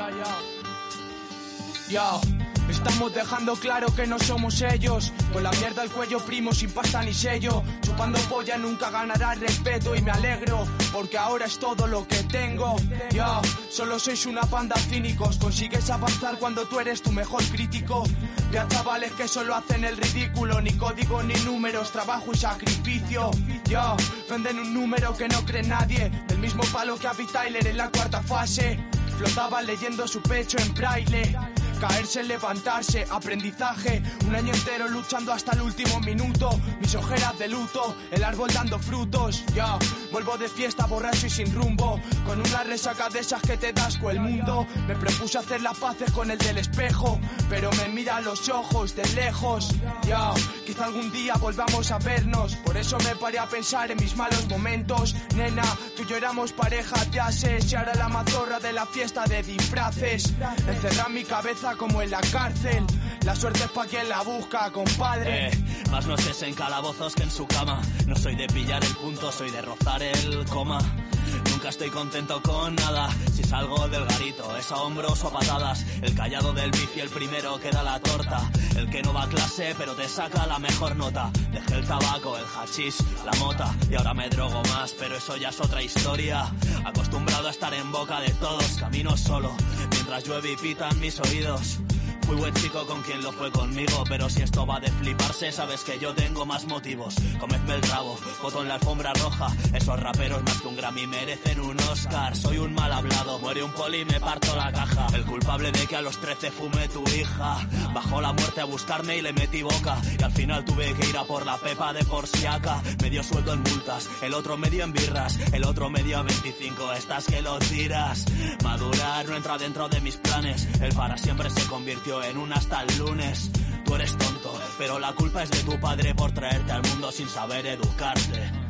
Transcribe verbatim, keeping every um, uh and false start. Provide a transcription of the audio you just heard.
ya, ya. Ya. Estamos dejando claro que no somos ellos. Con la mierda al cuello, primo, sin pasta ni sello. Chupando polla nunca ganará respeto. Y me alegro, porque ahora es todo lo que tengo. Ya, solo sois una panda cínicos. Consigues avanzar cuando tú eres tu mejor crítico. Ya chavales que solo hacen el ridículo. Ni código ni números, trabajo y sacrificio. Ya, venden un número que no cree nadie. Del mismo palo que Abby Tyler en la cuarta fase. Flotaba leyendo su pecho en braille. Caerse, levantarse, aprendizaje. Un año entero luchando hasta el último minuto. Mis ojeras de luto, el árbol dando frutos. Ya, yeah. Vuelvo de fiesta borracho y sin rumbo. Con una resaca de esas que te das con el mundo. Me propuse hacer las paces con el del espejo, pero me mira a los ojos de lejos. Ya, yeah. Quizá algún día volvamos a vernos. Por eso me paré a pensar en mis malos momentos. Nena, tú y yo éramos pareja, ya sé. Y ahora la mazorra de la fiesta de disfraces. Encerrar mi cabeza como en la cárcel. La suerte es pa' quien la busca, compadre. Eh, más noches en calabozos que en su cama. No soy de pillar el punto, soy de rozar el coma. Nunca estoy contento con nada. Si salgo del garito es a hombros o a patadas. El callado del bici, el primero que da la torta. El que no va a clase pero te saca la mejor nota. Dejé el tabaco, el hachís, la mota. Y ahora me drogo más, pero eso ya es otra historia. Acostumbrado a estar en boca de todos, camino solo mientras llueve y pitan mis oídos. Fui buen chico con quien lo fue conmigo, pero si esto va de fliparse, sabes que yo tengo más motivos. Comedme el rabo, foto en la alfombra roja. Esos raperos más que un Grammy merecen un Oscar. Soy un mal hablado, muere un poli y me parto la caja. El culpable de que a los trece fume tu hija. Bajó la muerte a buscarme y le metí boca. Y al final tuve que ir a por la pepa de Porciaca. Medio sueldo en multas, el otro medio en birras. El otro medio a veinticinco, estás que lo tiras. Madurar no entra dentro de mis planes. El para siempre se convirtió en un hasta el lunes. Tú eres tonto, pero la culpa es de tu padre por traerte al mundo sin saber educarte.